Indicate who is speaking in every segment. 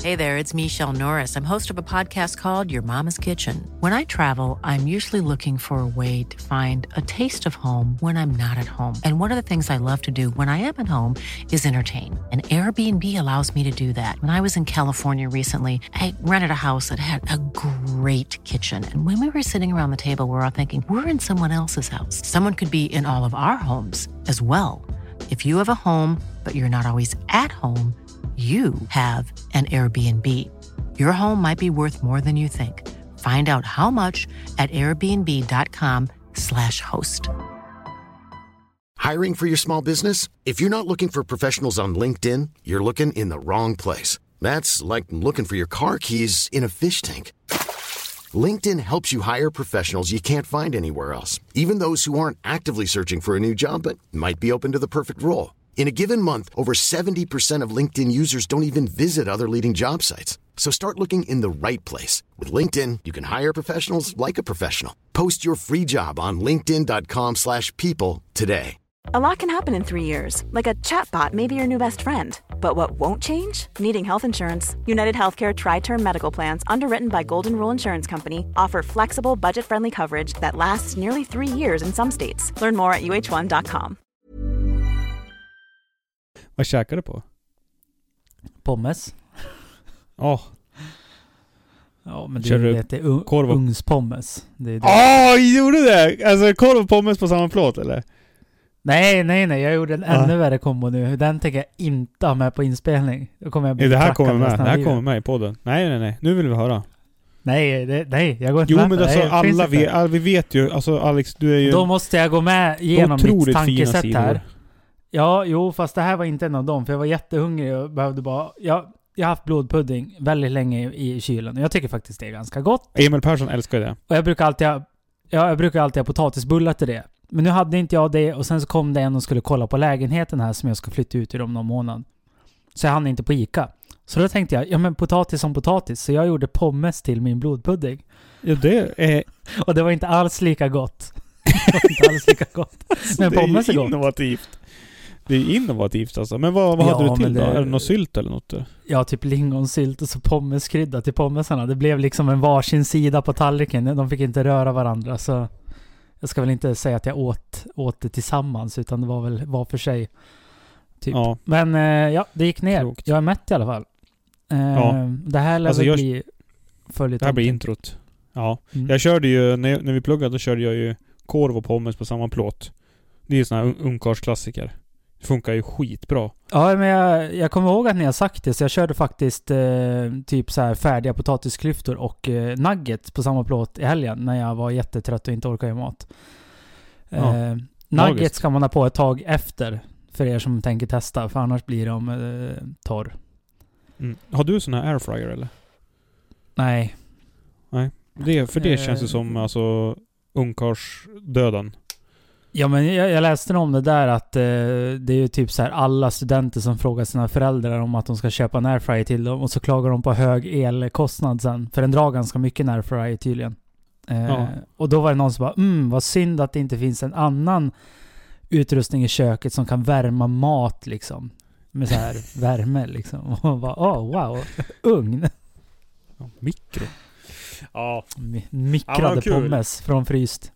Speaker 1: Hey there, it's Michelle Norris. I'm host of a podcast called Your Mama's Kitchen. When I travel, I'm usually looking for a way to find a taste of home when I'm not at home. And one of the things I love to do when I am at home is entertain. And Airbnb allows me to do that. When I was in California recently, I rented a house that had a great kitchen. And when we were sitting around the table, we were all thinking, we're in someone else's house. Someone could be in all of our homes as well. If you have a home, but you're not always at home, you have an Airbnb. Your home might be worth more than you think. Find out how much at airbnb.com/host.
Speaker 2: Hiring for your small business? If you're not looking for professionals on LinkedIn, you're looking in the wrong place. That's like looking for your car keys in a fish tank. LinkedIn helps you hire professionals you can't find anywhere else, even those who aren't actively searching for a new job but might be open to the perfect role. In a given month, over 70% of LinkedIn users don't even visit other leading job sites. So start looking in the right place. With LinkedIn, you can hire professionals like a professional. Post your free job on linkedin.com/people today.
Speaker 3: A lot can happen in 3 years, like a chatbot may be your new best friend. But what won't change? Needing health insurance. United Healthcare Tri-Term Medical Plans, underwritten by Golden Rule Insurance Company, offer flexible, budget-friendly coverage that lasts nearly 3 years in some states. Learn more at uh1.com.
Speaker 4: Vad käkar du på?
Speaker 5: Pommes.
Speaker 4: Ja.
Speaker 5: Ja, men
Speaker 4: Kör du
Speaker 5: det är
Speaker 4: korv och...
Speaker 5: ugnspommes. Det är det.
Speaker 4: Gjorde det? Alltså korv och pommes på samma plåt, eller?
Speaker 5: Nej. Jag gjorde en ännu värre kombo nu. Den tänker jag inte ha med på inspelning. Då kommer jag bli
Speaker 4: det här kommer med.
Speaker 5: Det
Speaker 4: här kommer med i podden. Nej. Nu vill vi höra.
Speaker 5: Nej, jag går inte
Speaker 4: med.
Speaker 5: Jo,
Speaker 4: men alltså vi vet ju, alltså Alex, du är ju...
Speaker 5: Då måste jag gå med genom mitt tankesätt här.
Speaker 4: Ja,
Speaker 5: fast det här var inte en av dem. För jag var jättehungrig och behövde bara... Jag har haft blodpudding väldigt länge i kylen. Och jag tycker faktiskt det är ganska gott.
Speaker 4: Emil Persson älskar det.
Speaker 5: Och jag brukar alltid ha potatisbullar till det. Men nu hade inte jag det. Och sen så kom det en och skulle kolla på lägenheten här som jag ska flytta ut i om någon månad. Så jag hann inte på Ica. Så då tänkte jag, men potatis som potatis. Så jag gjorde pommes till min blodpudding.
Speaker 4: Ja, det är...
Speaker 5: Och det var inte alls lika gott. Men pommes är gott.
Speaker 4: Innovativt. Det är innovativt alltså. Men vad hade du till då? Är det något sylt eller något?
Speaker 5: Ja, typ lingonsylt och så pommeskrydda till pommesarna. Det blev liksom en varsin sida på tallriken. De fick inte röra varandra. Så jag ska väl inte säga att jag åt det tillsammans. Utan det var väl var för sig. Typ. Ja. Men det gick ner. Klokt. Jag är mätt i alla fall. Det här lär bli följet.
Speaker 4: Det här blir introt. Ja. Jag körde ju, när vi pluggade då körde jag ju korv och pommes på samma plåt. Det är ju såna här ungkarlsklassiker. Det funkar ju skitbra.
Speaker 5: Ja, men jag kommer ihåg att ni har sagt det. Så jag körde faktiskt typ så här färdiga potatisklyftor och nuggets på samma plåt i helgen. När jag var jättetrött och inte orkade göra mat. Nuggets ska man ha på ett tag efter. För er som tänker testa. För annars blir de torr.
Speaker 4: Har du sån här airfryer eller?
Speaker 5: Nej.
Speaker 4: För det känns det som alltså ungkarlsdöden.
Speaker 5: Ja, men jag läste om det där att det är ju typ så här alla studenter som frågar sina föräldrar om att de ska köpa en airfryer till dem och så klagar de på hög elkostnad sen. För den drar ganska mycket en airfryer tydligen. Och då var det någon som bara, vad synd att det inte finns en annan utrustning i köket som kan värma mat liksom. Med så här värme liksom. Och bara, wow, ugn.
Speaker 4: Ja, mikro. Ja.
Speaker 5: Mikrade pommes från fryst.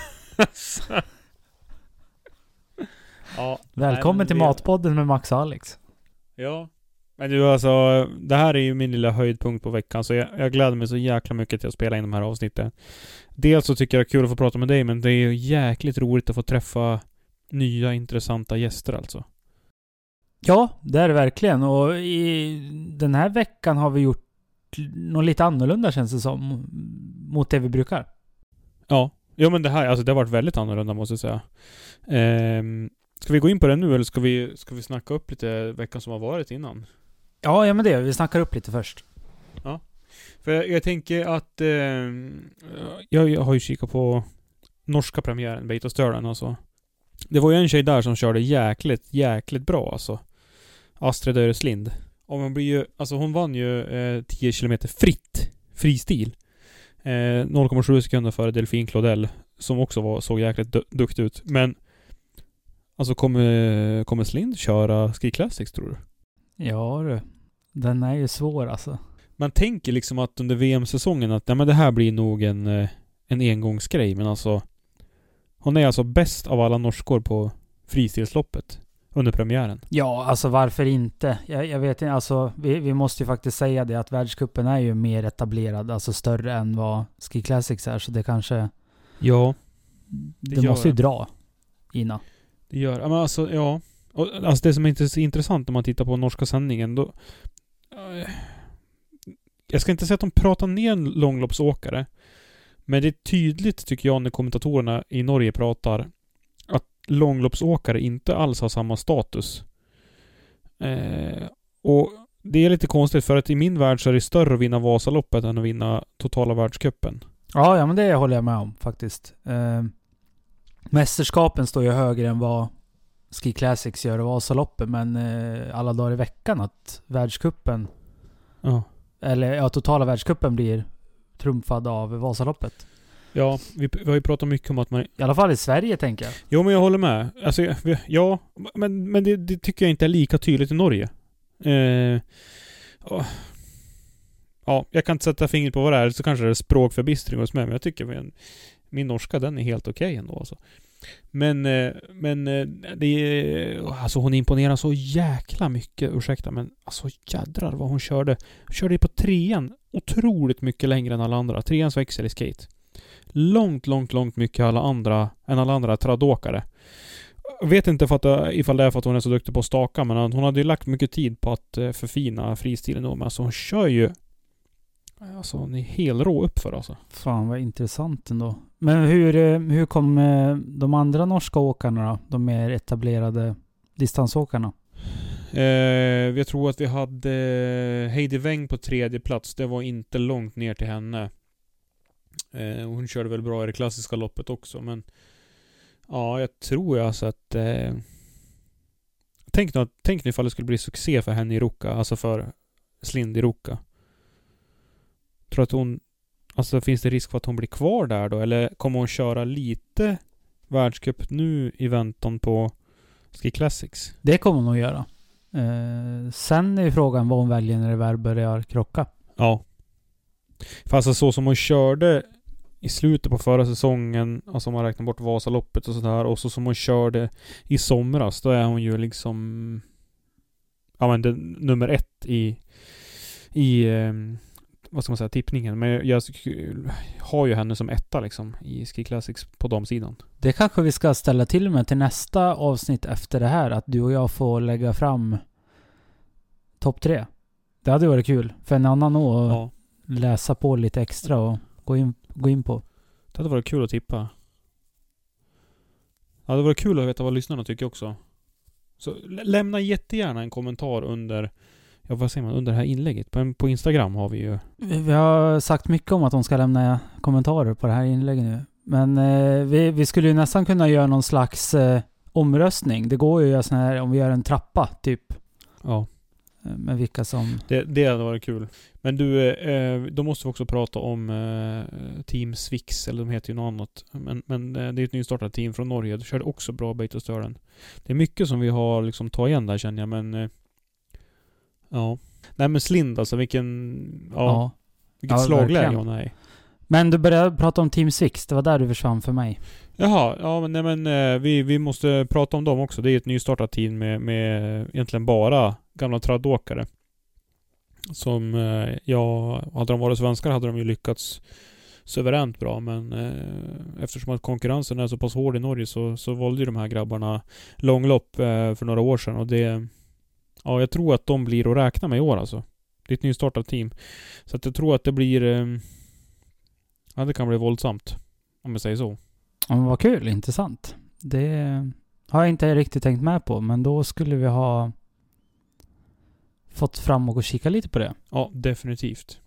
Speaker 5: Välkommen till Matpodden med Max och Alex.
Speaker 4: Ja. Men du alltså, det här är ju min lilla höjdpunkt på veckan. Så jag gläder mig så jäkla mycket till att spela in de här avsnitten. Dels så tycker jag det är kul att få prata med dig. Men det är ju jäkligt roligt att få träffa nya intressanta gäster alltså.
Speaker 5: Ja, det är det verkligen. Och i den här veckan har vi gjort något lite annorlunda känns det som. Mot det vi brukar. Ja,
Speaker 4: men det här alltså, det har varit väldigt annorlunda måste jag säga. Ska vi gå in på det nu eller ska vi snacka upp lite veckan som har varit innan?
Speaker 5: Ja, men vi snackar upp lite först.
Speaker 4: Ja. För jag tänker att jag har ju kikat på norska premiären Beit och Stören alltså. Det var ju en tjej där som körde jäkligt bra alltså. Astrid Öreslind. Och man blir ju, alltså hon vann ju 10 kilometer fristil. 0,7 sekunder före Delphine Claudel som också såg jäkligt duktig ut. Men alltså kommer Slind köra Ski Classics tror du?
Speaker 5: Ja, Den är ju svår alltså.
Speaker 4: Man tänker liksom att under VM-säsongen att men det här blir nog en engångsgrej. Men alltså hon är alltså bäst av alla norskor på fristilsloppet under premiären.
Speaker 5: Ja, alltså varför inte? Jag vet inte, alltså vi måste ju faktiskt säga det att världscupen är ju mer etablerad, alltså större än vad Ski Classics är, så det kanske...
Speaker 4: Ja.
Speaker 5: Det måste ju dra, Ina.
Speaker 4: Det gör, men alltså, ja. Och, alltså det som är så intressant om man tittar på norska sändningen, då... Jag ska inte säga att de pratar ner en långloppsåkare, men det är tydligt tycker jag när kommentatorerna i Norge pratar att långloppsåkare inte alls har samma status. Och det är lite konstigt för att i min värld så är det större att vinna Vasaloppet än att vinna totala världscupen.
Speaker 5: Ja, men det håller jag med om faktiskt. Mästerskapen står ju högre än vad Ski Classics gör och Vasaloppet, men alla dagar i veckan att världscupen totala världscupen blir trumfad av Vasaloppet.
Speaker 4: Ja, vi har ju pratat mycket om att man...
Speaker 5: I alla fall i Sverige, tänker jag.
Speaker 4: Jo, men jag håller med. Alltså, ja, men det tycker jag inte är lika tydligt i Norge. Ja, jag kan inte sätta fingret på vad det är, så kanske det är språkförbistring hos mig, men jag tycker min norska, den är helt okej ändå alltså. Men det är, alltså hon imponerar så jäkla mycket, ursäkta, men alltså jädrar vad hon körde. Hon körde på 3:an otroligt mycket längre än alla andra. 3:ans växel i skate. Långt mycket än alla andra tradåkare. Jag vet inte ifall det är för att hon är så duktig på att staka, men hon hade ju lagt mycket tid på att förfina fristilen då, men alltså hon kör ju, alltså hon är helt rå upp för alltså.
Speaker 5: Fan vad intressant ändå. Men hur kom de andra norska åkarna då? De mer etablerade distansåkarna?
Speaker 4: Jag tror att vi hade Heidi Weng på 3:e plats. Det var inte långt ner till henne. Hon körde väl bra i det klassiska loppet också, men ja, jag tror alltså att tänk nu ifall det skulle bli succé för henne i Ruka, alltså för Slind i Ruka. Tror att hon, alltså finns det risk för att hon blir kvar där då, eller kommer hon köra lite världscup nu i väntan på Ski Classics?
Speaker 5: Det kommer hon nog göra. Sen är ju frågan vad hon väljer när det väl börjar krocka.
Speaker 4: Ja. För alltså så som hon körde i slutet på förra säsongen, alltså om man räknar bort Vasaloppet och sådär, och så som hon körde i somras, då är hon ju liksom nummer 1 i vad ska man säga, tippningen. Men jag har ju henne som etta liksom i Ski Classics på damsidan.
Speaker 5: Det kanske vi ska ställa till med till nästa avsnitt efter det här, att du och jag får lägga fram topp 3. Det hade varit kul för en annan att läsa på lite extra och gå in på.
Speaker 4: Det hade varit kul att tippa. Det hade varit kul att veta vad lyssnarna tycker också. Så lämna jättegärna en kommentar under det här inlägget. På Instagram har vi ju...
Speaker 5: Vi har sagt mycket om att de ska lämna kommentarer på det här inlägget nu. Men vi skulle ju nästan kunna göra någon slags omröstning. Det går ju att göra sån här, om vi gör en trappa typ.
Speaker 4: Ja.
Speaker 5: Med vilka som...
Speaker 4: Det hade varit kul. Men du, då måste vi också prata om Team Swix, eller de heter ju något annat. Men det är ett nystartat team från Norge. De körde också bra Beitostören. Det är mycket som vi har liksom tagit igen där, känner jag, men ja. Nej, men Slind alltså, vilket slagläge hon är.
Speaker 5: Men du började prata om Team Swix, det var där du försvann för mig.
Speaker 4: Jaha, ja men vi måste prata om dem också. Det är ett nystartat team med egentligen bara gamla tradåkare. Som hade de varit svenskar hade de ju lyckats suveränt bra, men eftersom att konkurrensen är så pass hård i Norge så valde ju de här grabbarna långlopp för några år sedan, och det, jag tror att de blir att räkna med i år alltså. Det är ett nystartat team. Så att jag tror att det blir det kan bli våldsamt, om jag säger så.
Speaker 5: Ja, vad kul, intressant. Det har jag inte riktigt tänkt med på, men då skulle vi ha fått fram och kika lite på det.
Speaker 4: Ja, definitivt.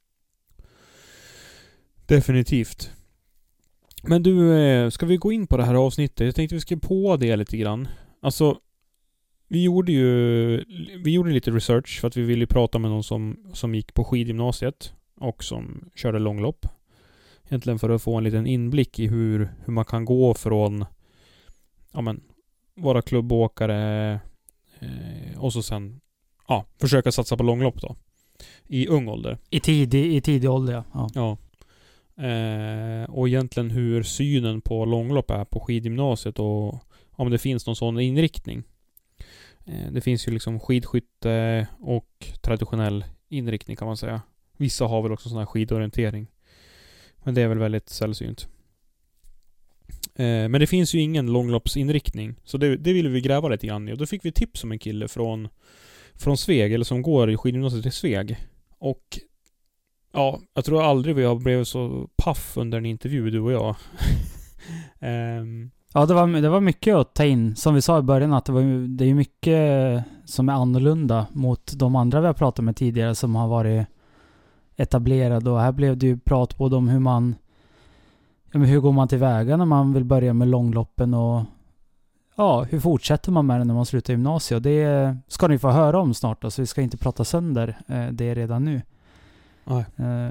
Speaker 4: Definitivt. Men du, ska vi gå in på det här avsnittet? Jag tänkte vi skulle på det lite grann. Alltså, vi gjorde lite research för att vi ville prata med någon som gick på skidgymnasiet och som körde långlopp. Egentligen för att få en liten inblick i hur man kan gå från vara klubbåkare och så sen försöka satsa på långlopp då. I ung ålder.
Speaker 5: I tidig ålder, ja.
Speaker 4: Ja. Och egentligen hur synen på långlopp är på skidgymnasiet och om det finns någon sån inriktning. Det finns ju liksom skidskytte och traditionell inriktning kan man säga. Vissa har väl också sån här skidorientering. Men det är väl väldigt sällsynt. Men det finns ju ingen långloppsinriktning. Så det ville vi gräva lite grann i. Och då fick vi tips om en kille från Sveg, eller som går i skidgymnasiet i Sveg. Och ja, jag tror aldrig vi har blivit så paff under en intervju, du och jag.
Speaker 5: Ja, det var mycket att ta in. Som vi sa i början, att det är mycket som är annorlunda mot de andra vi har pratat med tidigare som har varit etablerade. Och här blev det ju prat både om hur går man tillväga när man vill börja med långloppen och hur fortsätter man med det när man slutar gymnasiet. Och det ska ni få höra om snart då, så vi ska inte prata sönder det redan nu.
Speaker 4: Nej.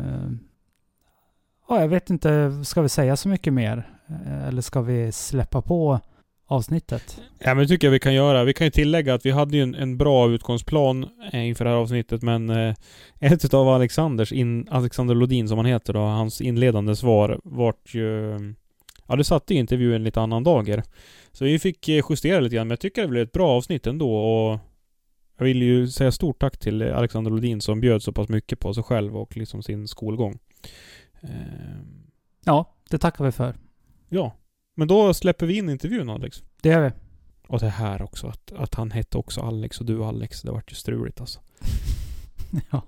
Speaker 5: Jag vet inte, ska vi säga så mycket mer? Eller ska vi släppa på avsnittet?
Speaker 4: Ja, men det tycker jag vi kan göra. Vi kan ju tillägga att vi hade ju en bra utgångsplan inför det här avsnittet, men ett av Alexander Lodin som han heter då, hans inledande svar vart ju... Ja, det satte intervjun lite annan dagar. Så vi fick justera lite grann, men jag tycker det blev ett bra avsnitt ändå, och jag vill ju säga stort tack till Alexander Lodin som bjöd så pass mycket på sig själv och liksom sin skolgång.
Speaker 5: Ja, det tackar vi för.
Speaker 4: Ja, men då släpper vi in intervjun, Alex.
Speaker 5: Det gör vi.
Speaker 4: Och det här också, att han hette också Alex och du Alex, det vart ju struligt alltså.
Speaker 5: Ja.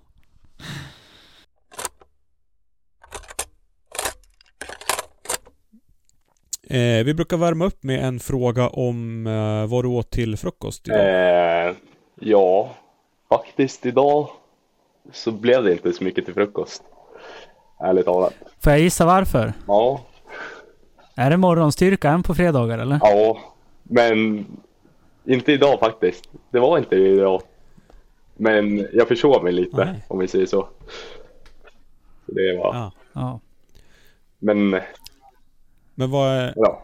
Speaker 4: Vi brukar värma upp med en fråga om vad du åt till frukost idag.
Speaker 6: Ja, faktiskt idag så blev det inte så mycket till frukost. Ärligt talat.
Speaker 5: Får jag gissa varför?
Speaker 6: Ja.
Speaker 5: Är det morgonstyrka än på fredagar eller?
Speaker 6: Ja, men inte idag faktiskt. Det var inte idag. Men jag försov mig lite, om vi säger så. Så det var...
Speaker 5: Ja.
Speaker 6: Men
Speaker 4: vad är...
Speaker 6: Ja.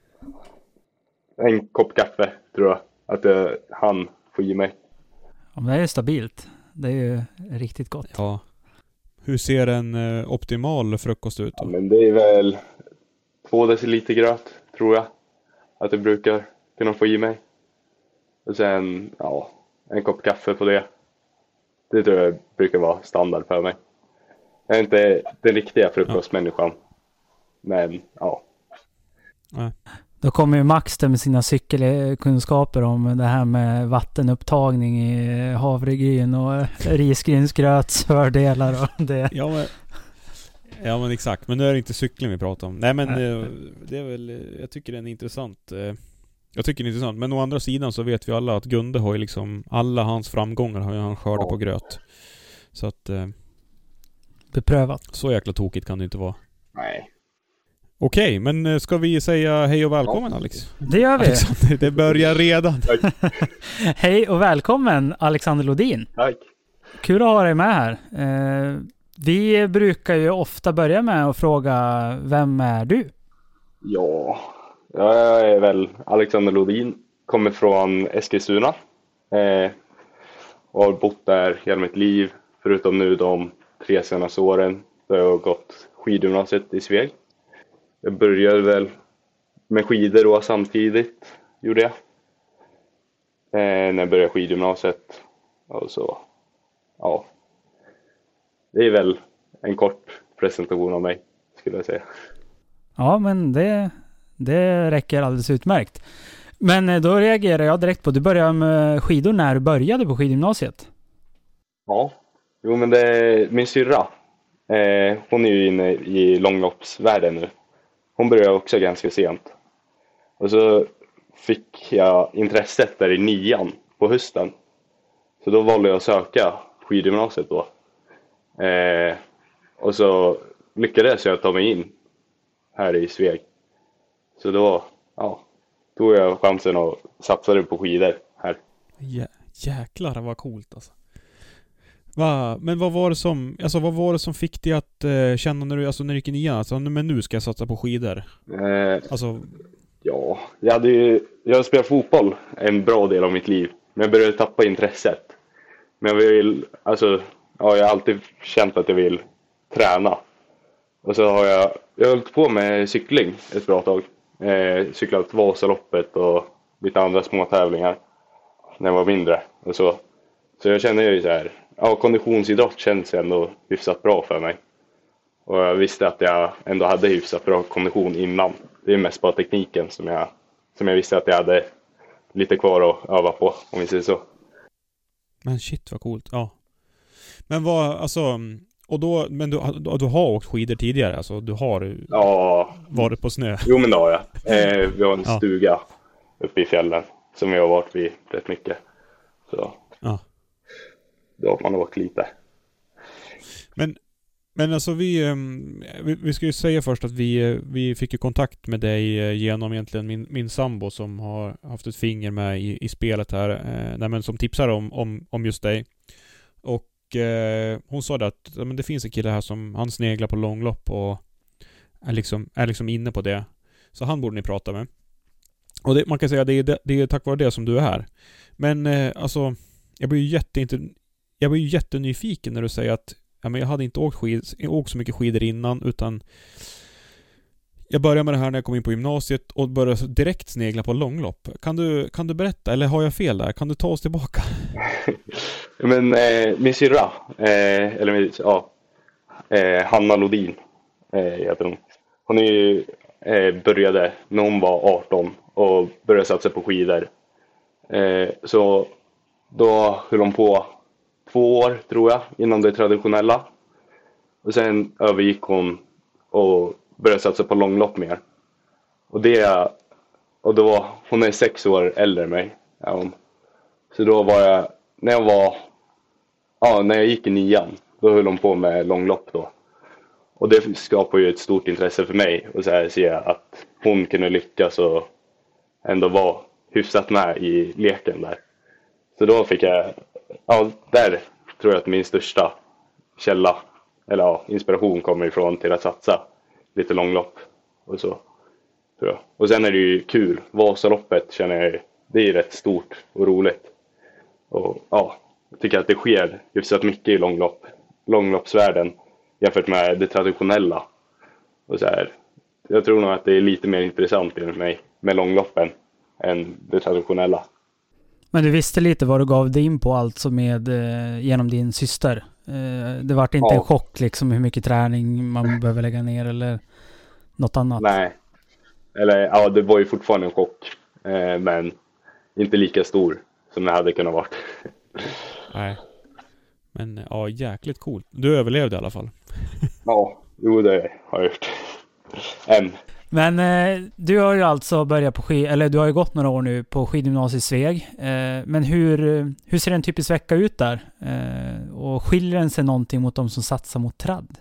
Speaker 6: En kopp kaffe tror jag att han får ge mig.
Speaker 5: Ja, men det är ju stabilt. Det är ju riktigt gott.
Speaker 4: Ja. Hur ser en optimal frukost ut då?
Speaker 6: Ja, men det är väl 2 deciliter gröt tror jag att det brukar kunna få i mig. Och sen en kopp kaffe på det. Det tror jag brukar vara standard för mig. Jag är inte den riktiga frukostmänniskan. Men
Speaker 4: Nej.
Speaker 5: Då kommer ju Max där med sina cykelkunskaper om det här med vattenupptagning i havregryn och risgrynsgröts fördelar och det.
Speaker 4: Ja men exakt, men nu är det inte cykling vi pratar om. Nej men det är väl, jag tycker det är intressant. Jag tycker det är intressant, men å andra sidan så vet vi alla att Gunde har ju liksom alla hans framgångar har ju han skördat på gröt. Så att
Speaker 5: beprövat.
Speaker 4: Så jäkla tokigt kan det inte vara.
Speaker 6: Nej.
Speaker 4: Okej, men ska vi säga hej och välkommen Alex?
Speaker 5: Det gör vi.
Speaker 4: Alexander, det börjar redan.
Speaker 5: Hej och välkommen Alexander Lodin.
Speaker 6: Tack.
Speaker 5: Kul att ha dig med här. Vi brukar ju ofta börja med att fråga, vem är du?
Speaker 6: Ja, jag är väl Alexander Lodin. Kommer från Eskilstuna. Och har bott där hela mitt liv. Förutom nu de 3 senaste åren. Då jag har gått skidgymnasiet i Sveg. Jag började väl med skidor då samtidigt, gjorde jag. När jag började skidgymnasiet. Och så, det är väl en kort presentation av mig, skulle jag säga.
Speaker 5: Ja, men det räcker alldeles utmärkt. Men då reagerar jag direkt på, du började med skidor när du började på skidgymnasiet.
Speaker 6: Ja, jo men det är min syrra. Hon är ju inne i långloppsvärlden nu. Hon började också ganska sent. Och så fick jag intresset där i 9:an på hösten. Så då valde jag att söka skidgymnasiet då. Och så lyckades jag ta mig in här i Sveg. Så då tog jag chansen och satsade på skidor här.
Speaker 4: Jäklar vad coolt alltså. Men vad var det som fick dig att känna när du gick in igen? Alltså, men nu ska jag satsa på skidor.
Speaker 6: Ja, jag har spelat fotboll en bra del av mitt liv. Men jag började tappa intresset. Men jag vill, alltså, ja, jag har alltid känt att jag vill träna. Och så har jag hållit på med cykling ett bra tag. Cyklat Vasaloppet och lite andra små tävlingar när jag var mindre. Och så jag känner ju så här, ja, konditionsidrott känns ändå hyfsat bra för mig. Och jag visste att jag ändå hade hyfsat bra kondition innan. Det är mest bara tekniken som jag visste att jag hade lite kvar att öva på, om vi säger så.
Speaker 4: Men shit vad coolt, ja. Men vad, alltså, och då, men du har åkt skidor tidigare, alltså du har varit på snö?
Speaker 6: Jo, men det har jag. Vi har en stuga uppe i fjällen som vi har varit vid rätt mycket. Så då har man åkt lite.
Speaker 4: Men alltså vi ska ju säga först att vi fick ju kontakt med dig genom egentligen min sambo som har haft ett finger med i spelet här, som tipsar om just dig. Och hon sa det att men det finns en kille här som han sneglar på långlopp och är liksom inne på det. Så han borde ni prata med. Och man kan säga det är tack vare det som du är här. Men alltså jag blir ju jättenyfiken när du säger att men jag hade inte åkt så mycket skidor innan, utan jag började med det här när jag kom in på gymnasiet och började direkt snegla på långlopp. Kan du berätta, eller har jag fel där? Kan du ta oss tillbaka?
Speaker 6: Men min syrra, Hanna Lodin heter hon. Hon började när hon var 18 och började satsa på skidor. Så då höll hon på 2 år, tror jag, inom det traditionella. Och sen övergick hon och började satsa på långlopp mer. Och då, hon är 6 år äldre än mig. Ja. Så då var jag, när jag gick i 9:an, då höll hon på med långlopp då. Och det skapar ju ett stort intresse för mig. Och så här ser jag att hon kunde lyckas och ändå vara hyfsat med i leken där. Så då fick jag, där tror jag att min största källa eller inspiration kommer ifrån till att satsa lite långlopp och så, tror jag. Och sen är det ju kul. Vasaloppet känner jag, det är rätt stort och roligt. Och jag tycker att det sker hyfsat mycket i långloppsvärlden jämfört med det traditionella. Och så här, jag tror nog att det är lite mer intressant enligt mig med långloppen än det traditionella.
Speaker 5: Men du visste lite vad du gav dig in på, alltså med genom din syster. Det var inte en chock liksom hur mycket träning man behöver lägga ner eller något annat? Nej.
Speaker 6: Eller det var ju fortfarande en chock. Men inte lika stor som det hade kunnat varit.
Speaker 4: Nej. Men jäkligt coolt. Du överlevde i alla fall.
Speaker 6: Jo, det har jag gjort.
Speaker 5: Men du har ju alltså börjat på du har ju gått några år nu på skidgymnasiet Sveg. Men hur ser en typisk vecka ut där? Och skiljer den sig någonting mot de som satsar mot tradd?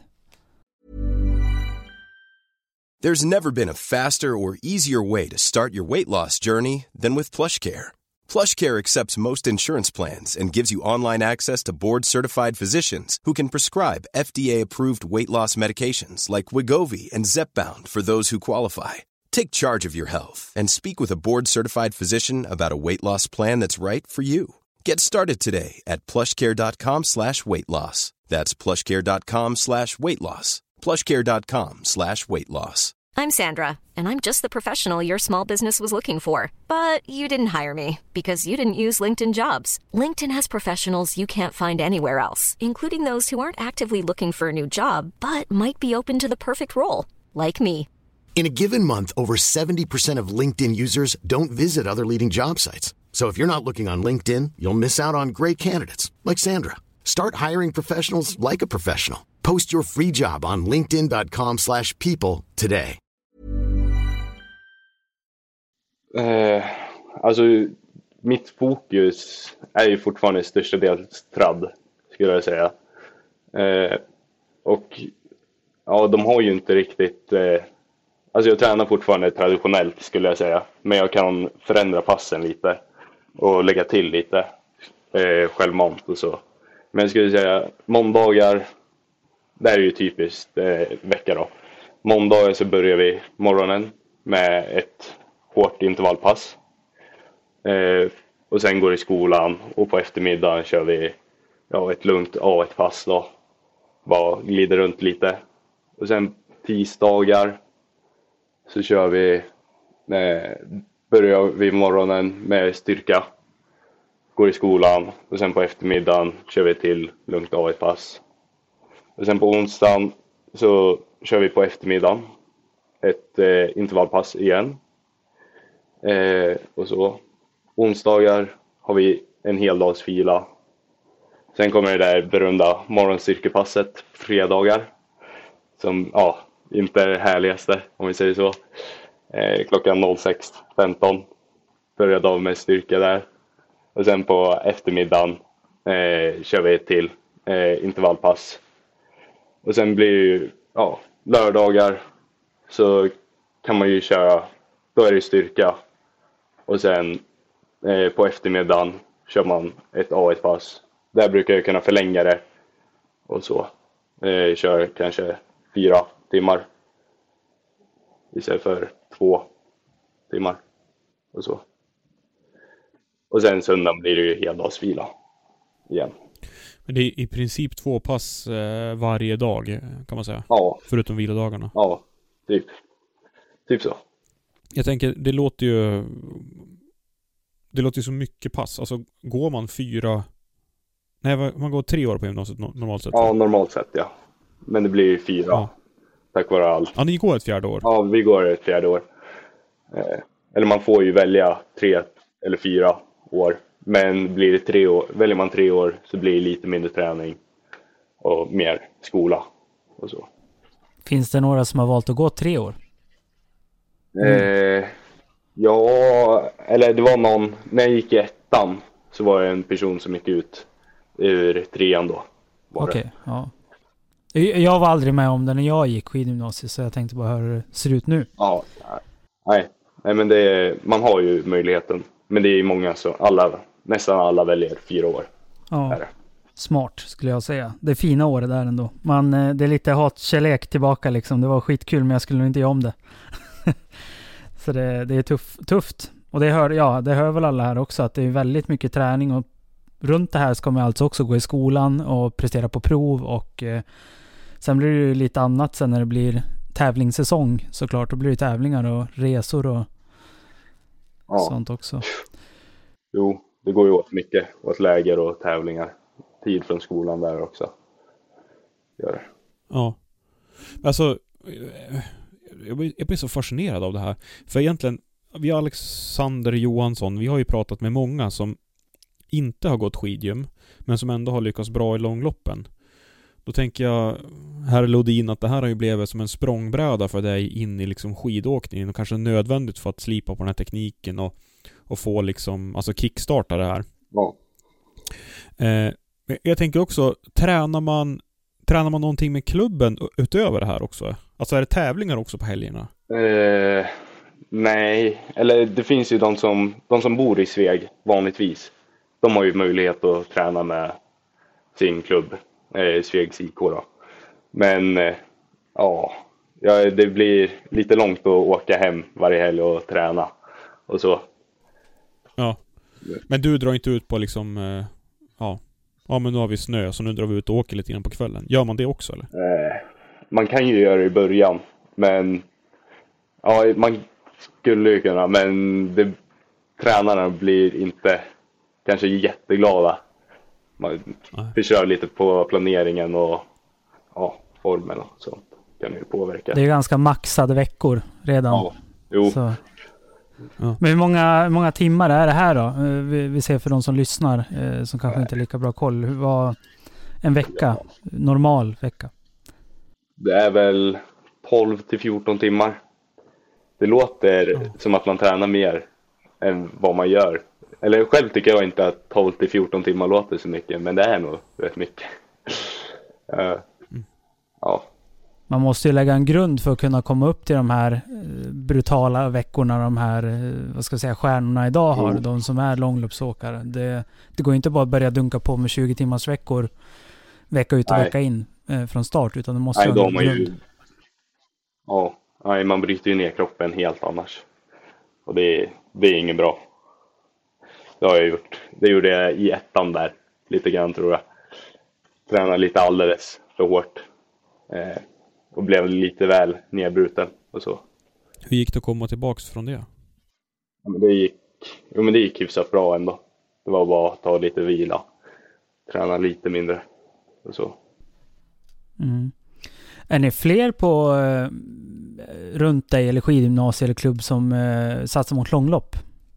Speaker 7: There's never been a faster or easier way to start your weight loss journey than with PlushCare. PlushCare accepts most insurance plans and gives you online access to board-certified physicians who can prescribe FDA-approved weight loss medications like Wegovy and Zepbound for those who qualify. Take charge of your health and speak with a board-certified physician about a weight loss plan that's right for you. Get started today at plushcare.com/weightloss. That's plushcare.com/weightloss. plushcare.com/weightloss.
Speaker 8: I'm Sandra, and I'm just the professional your small business was looking for. But you didn't hire me because you didn't use LinkedIn Jobs. LinkedIn has professionals you can't find anywhere else, including those who aren't actively looking for a new job, but might be open to the perfect role, like me.
Speaker 2: In a given month, over 70% of LinkedIn users don't visit other leading job sites. So if you're not looking on LinkedIn, you'll miss out on great candidates like Sandra. Start hiring professionals like a professional. Post your free job on linkedin.com/people today.
Speaker 6: Alltså mitt fokus är ju fortfarande största dels tradd, skulle jag säga. Och de har ju inte riktigt alltså jag tränar fortfarande traditionellt, skulle jag säga, men jag kan förändra passen lite och lägga till lite självmant och så. Men jag skulle säga måndagar, det är ju typiskt vecka då. Måndagar så börjar vi morgonen med ett hårt intervallpass. Och sen går i skolan och på eftermiddagen kör vi ett lugnt A1-pass då. Bara glider runt lite. Och sen tisdagar så kör vi, börjar vi morgonen med styrka. Går i skolan och sen på eftermiddagen kör vi till lugnt A1-pass. Och sen på onsdagen så kör vi på eftermiddagen ett intervallpass igen. Och så onsdagar har vi en heldagsvila. Sen kommer det där berömda morgonstyrkepasset fredagar. Som inte är det härligaste om vi säger så. Klockan 06:15 började av med styrka där. Och sen på eftermiddagen kör vi ett till intervallpass. Och sen blir det ju lördagar så kan man ju köra, då är det styrka. Och sen på eftermiddagen kör man ett A1-pass. Där brukar jag kunna förlänga det. Och så kör kanske 4 timmar istället för 2 timmar. Och så. Och sen söndagen blir det ju heldagsvila igen.
Speaker 4: Men det är i princip 2 pass varje dag kan man säga.
Speaker 6: Ja.
Speaker 4: Förutom vilodagarna.
Speaker 6: Ja, typ så.
Speaker 4: Jag tänker, det låter ju så mycket pass. Alltså går man 4... Nej, man går 3 år på gymnasiet normalt sett.
Speaker 6: Ja, normalt sett, ja. Men det blir 4. Ja. Tack vare allt.
Speaker 4: Ja, ni går ett 4:e år.
Speaker 6: Ja, vi går ett 4:e år. Eller man får ju välja 3 eller 4 år. Men blir det 3 år, väljer man 3 år så blir det lite mindre träning och mer skola och så.
Speaker 5: Finns det några som har valt att gå 3 år?
Speaker 6: Ja, eller det var någon, när jag gick i 1:an så var det en person som gick ut ur 3:an då.
Speaker 5: Okej, ja. Jag var aldrig med om det när jag gick skidgymnasiet, så jag tänkte bara höra hur det ser ut nu.
Speaker 6: Ja, nej men man har ju möjligheten. Men det är många så nästan alla väljer 4 år.
Speaker 5: Ja, smart skulle jag säga. Det är fina året där ändå. Det är lite hatkärlek tillbaka liksom. Det var skitkul, men jag skulle nog inte göra om det. Så det är tufft. Och det hör väl alla här också, att det är väldigt mycket träning. Och runt det här ska man alltså också gå i skolan och prestera på prov. Och sen blir det ju lite annat sen när det blir tävlingssäsong såklart. Då blir det tävlingar och resor och sånt också.
Speaker 6: Jo, det går ju åt mycket. Åt läger och tävlingar. Tid från skolan där också. Gör det.
Speaker 4: Ja. Alltså, jag blir så fascinerad av det här. För egentligen, vi Alexander Johansson, vi har ju pratat med många som inte har gått skidgym, men som ändå har lyckats bra i långloppen. Då tänker jag, herr Lodin, att det här har ju blivit som en språngbräda för dig in i liksom skidåkningen och kanske nödvändigt för att slipa på den här tekniken och få liksom, alltså kickstarta det här.
Speaker 6: Ja.
Speaker 4: Jag tänker också, tränar man någonting med klubben utöver det här också? Alltså är det tävlingar också på helgerna?
Speaker 6: Nej, eller det finns ju de som bor i Sveg vanligtvis. De har ju möjlighet att träna med sin klubb, Svegs IK då. Men det blir lite långt att åka hem varje helg och träna och så. Ja.
Speaker 4: Men du drar inte ut på liksom men nu har vi snö så nu drar vi ut och åker lite grann på kvällen. Gör man det också eller?
Speaker 6: Man kan ju göra det i början, men man skulle ju kunna, men tränarna blir inte kanske jätteglada. Man försöker lite på planeringen och formen och sånt kan ju påverka.
Speaker 5: Det är ganska maxade veckor redan.
Speaker 6: Ja, jo.
Speaker 5: Så. Ja. Men hur många timmar är det här då? Vi ser för de som lyssnar som kanske inte är lika bra koll. Hur var en vecka? Normal vecka?
Speaker 6: Det är väl 12-14 timmar. Det låter som att man tränar mer än vad man gör. Eller själv tycker jag inte att 12-14 timmar låter så mycket, men det är nog rätt mycket.
Speaker 5: Man måste ju lägga en grund för att kunna komma upp till de här brutala veckorna, de här stjärnorna idag har, de som är långloppsåkare. Det går inte bara att börja dunka på med 20 timmars veckor vecka ut och vecka in från start, utan det måste vara en grund.
Speaker 6: Man bryter ju ner kroppen helt annars. Och det är ingen bra. Det har jag gjort. Det gjorde jag i 1:an där lite grann tror jag. tränade lite alldeles för hårt. Och blev lite väl nedbruten och så.
Speaker 4: Hur gick det att komma tillbaks från det?
Speaker 6: Ja, men det gick hyfsat bra ändå. Det var bara att ta lite vila. Träna lite mindre och så.
Speaker 5: Mm. Är ni fler på runt dig eller skidgymnasie eller klubb som satsar mot långlopp?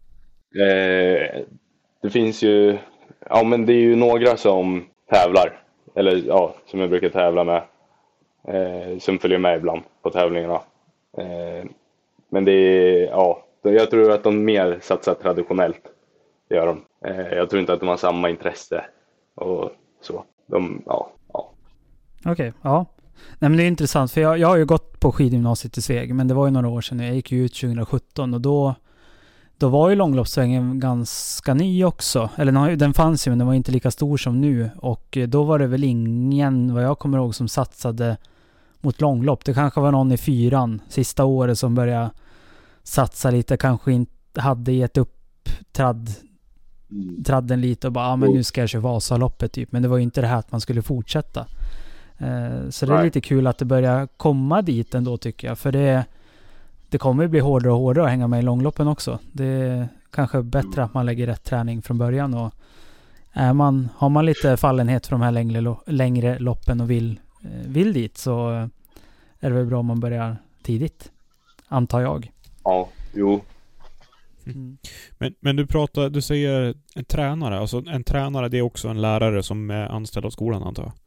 Speaker 6: Det finns ju, ja men det är ju några som tävlar. Eller ja, som jag brukar tävla med. Som följer med ibland på tävlingarna. Men det är, ja, jag tror att de mer satsar traditionellt. Gör de. Jag tror inte att de har samma intresse och så. Ja.
Speaker 5: Okej, ja. Nej, men det är intressant för jag har ju gått på skidgymnasiet i Sveg, men det var ju några år sedan. Jag gick ju ut 2017 och då var ju långloppssvängen ganska ny också. Eller den fanns ju, men den var inte lika stor som nu. Och då var det väl ingen, vad jag kommer ihåg, som satsade mot långlopp. Det kanske var någon i 4:an sista året som började satsa lite. Kanske inte hade gett upp tradden lite och bara, men nu ska jag köra Vasaloppet typ. Men det var ju inte det här att man skulle fortsätta. Så det är lite kul att det börjar komma dit ändå, tycker jag. För det kommer ju bli hårdare och hårdare att hänga med i långloppen också. Det är kanske bättre att man lägger rätt träning från början. Och har man lite fallenhet för de här längre loppen och vill dit, så är det väl bra om man börjar tidigt, antar jag.
Speaker 6: Ja, jo.
Speaker 4: Mm. Men du säger en tränare. Alltså en tränare, det är också en lärare som är anställd av skolan, antar jag?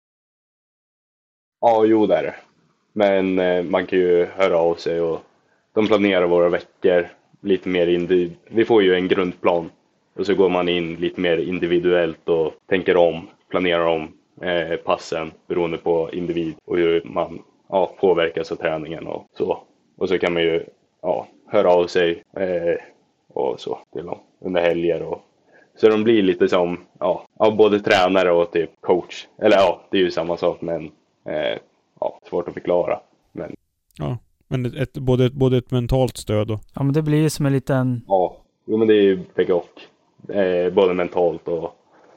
Speaker 6: Ja, jo det är det. Men man kan ju höra av sig och de planerar våra veckor lite mer vi får ju en grundplan och så går man in lite mer individuellt och tänker om, planerar om passen beroende på individ och hur man påverkas av träningen och så. Och så kan man ju höra av sig och så till dem under helger och så de blir lite som både tränare och typ coach. Eller det är ju samma sak, men svårt att förklara.
Speaker 4: Men både ett mentalt stöd och...
Speaker 5: Ja, men det blir ju som en liten...
Speaker 6: Ja, men det är ju bägge och. Både mentalt och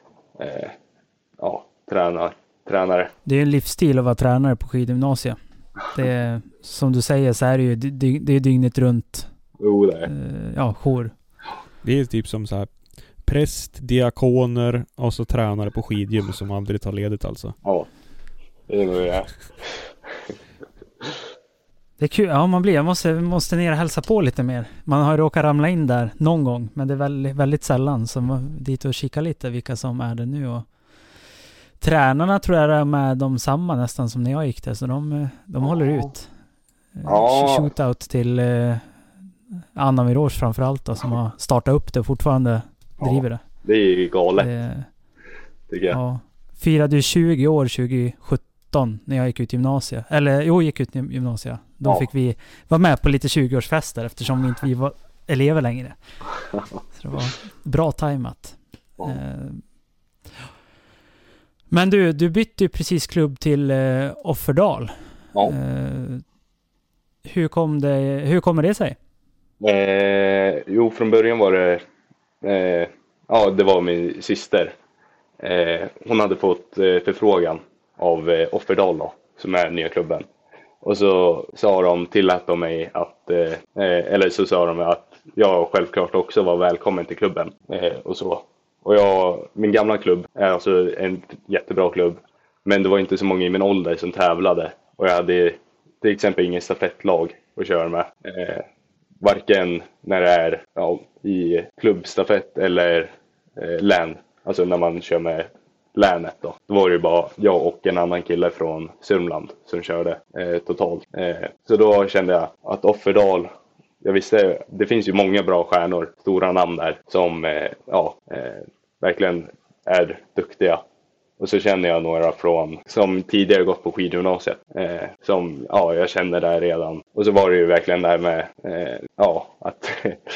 Speaker 6: tränare.
Speaker 5: Det är ju en livsstil att vara tränare på skidgymnasiet. Det är, som du säger, så är det ju det är dygnet runt.
Speaker 6: Jo, det är.
Speaker 5: Jour.
Speaker 4: Det är typ som så här präst, diakoner och så tränare på skidgym som aldrig tar ledigt alltså.
Speaker 6: Ja, det är nog det.
Speaker 5: Det är kul. Ja, man måste ner och hälsa på lite mer. Man har ju råkat ramla in där någon gång, men det är väldigt, väldigt sällan, så man dit och kika lite vilka som är det nu. Och tränarna tror jag är med de samma nästan som när jag gick där, så de håller ut. Shootout till Anna Mirosh framförallt då, som har startat upp det och fortfarande driver det.
Speaker 6: Det är ju galet. Tycker jag.
Speaker 5: Ja. Firade ju 20 år 2017 när jag gick ut gymnasiet. Gick ut gymnasiet. Då fick vi vara med på lite 20-årsfester eftersom vi inte var elever längre. Så det var bra tajmat. Men du bytte ju precis klubb till Offerdal.
Speaker 6: Ja.
Speaker 5: Hur kommer det sig?
Speaker 6: Från början var det det var min syster. Hon hade fått förfrågan av Offerdal då, som är nya klubben. Och så sa de tillät de mig att så sa de att jag självklart också var välkommen till klubben och så. Och min gamla klubb är alltså en jättebra klubb, men det var inte så många i min ålder som tävlade och jag hade till exempel ingen stafettlag att köra med. Varken när det är i klubbstafett eller län, alltså när man kör med länet då var det ju bara jag och en annan kille från Sörmland som körde totalt. Så då kände jag att Offerdal, jag visste, det finns ju många bra stjärnor, stora namn där som verkligen är duktiga. Och så känner jag några som tidigare gått på skidgymnasiet som jag känner där redan. Och så var det ju verkligen där med att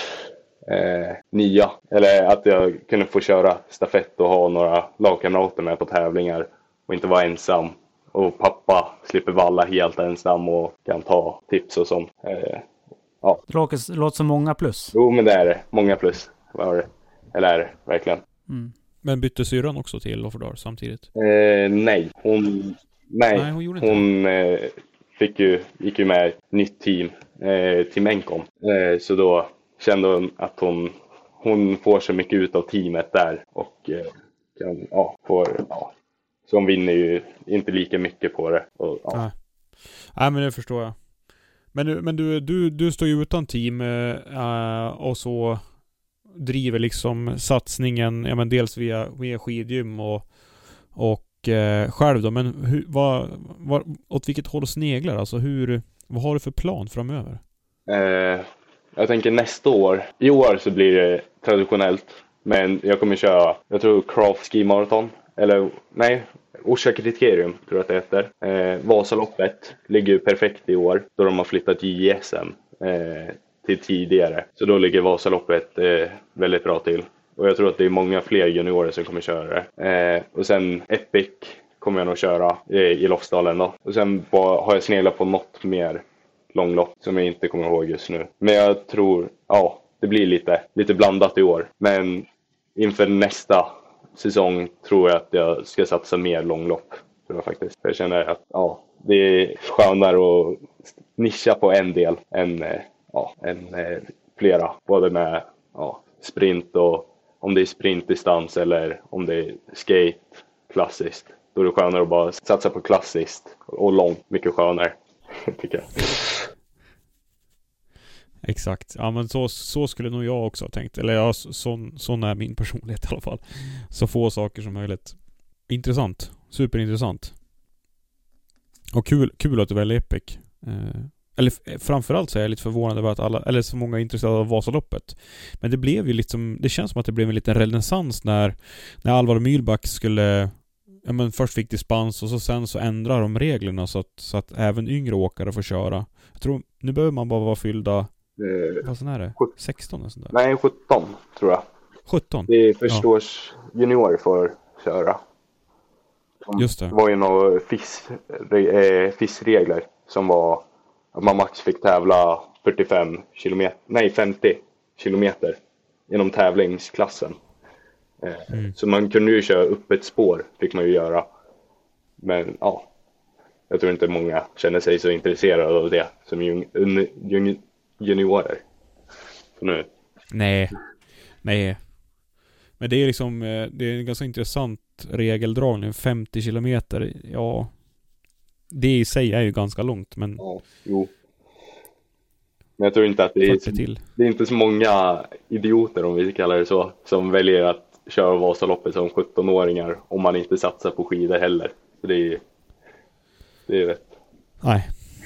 Speaker 6: nya, eller att jag kunde få köra stafett och ha några lagkamrater med på tävlingar och inte vara ensam. Och pappa slipper valla helt ensam och kan ta tips och sånt.
Speaker 5: Det låter som många plus.
Speaker 6: Jo, men det är det. Många plus var det. Eller är det verkligen.
Speaker 4: Men bytte syrran också till Offerdal samtidigt?
Speaker 6: Nej, hon
Speaker 4: gjorde inte
Speaker 6: gick ju med ett nytt team, Team Encom. Så då kände hon att hon får så mycket ut av teamet där och så hon vinner ju inte lika mycket på det. Och, ja.
Speaker 4: Nej, men det förstår jag. Men du står ju utan team och så driver liksom satsningen, ja men dels via skidgym och själv då, men åt vilket håll sneglar? Alltså vad har du för plan framöver?
Speaker 6: Jag tänker nästa år. I år så blir det traditionellt, men jag kommer köra, jag tror Craft Ski Marathon, eller nej, Orsa Kriterium tror jag att det heter. Vasaloppet ligger ju perfekt i år då de har flyttat JSM till tidigare. Så då ligger Vasaloppet väldigt bra till. Och jag tror att det är många fler juniorer som kommer köra det. Och sen Epic kommer jag nog köra i Lofsdalen då. Och sen har jag sneglat på något mer långlopp som jag inte kommer ihåg just nu. Men jag tror, det blir lite blandat i år. Men inför nästa säsong tror jag att jag ska satsa mer långlopp. Tror jag faktiskt. Jag känner att det är skönare att nischa på en del än flera. Både med sprint och om det är sprintdistans eller om det är skate klassiskt. Då är det skönare att bara satsa på klassiskt och långt. Mycket skönare, tycker jag.
Speaker 4: Exakt. Ja, men så skulle nog jag också ha tänkt. Eller sån är min personlighet i alla fall. Så få saker som möjligt. Intressant. Superintressant. Och kul att du väljer Epic. Eller framförallt så är jag lite förvånad över att så många är intresserade av Vasaloppet. Men det blev ju liksom, det känns som att det blev en liten renässans när Alvar Mylback skulle, först fick dispens och sen så ändrar de reglerna så att även yngre åkare får köra. Jag tror nu behöver man bara vara fyllda vad sån är det? 16 eller sånt där.
Speaker 6: Nej, 17 tror jag.
Speaker 4: 17?
Speaker 6: Det är förstås junior får köra.
Speaker 4: Just det.
Speaker 6: Det var ju några FIS-regler som var att man max fick tävla 50 kilometer inom tävlingsklassen. Så man kunde ju köra upp ett spår, fick man ju göra. Men jag tror inte många känner sig så intresserade av det som juniorer. Så nu. Nej. Men det är liksom, det är en ganska intressant regeldragning. 50 kilometer, det i sig är ju ganska långt, men... Ja, jo. Men jag tror inte att det är inte så många idioter, om vi kallar det så, som väljer att köra Vasaloppet som 17-åringar om man inte satsar på skidor heller. Så det är rätt. Nej.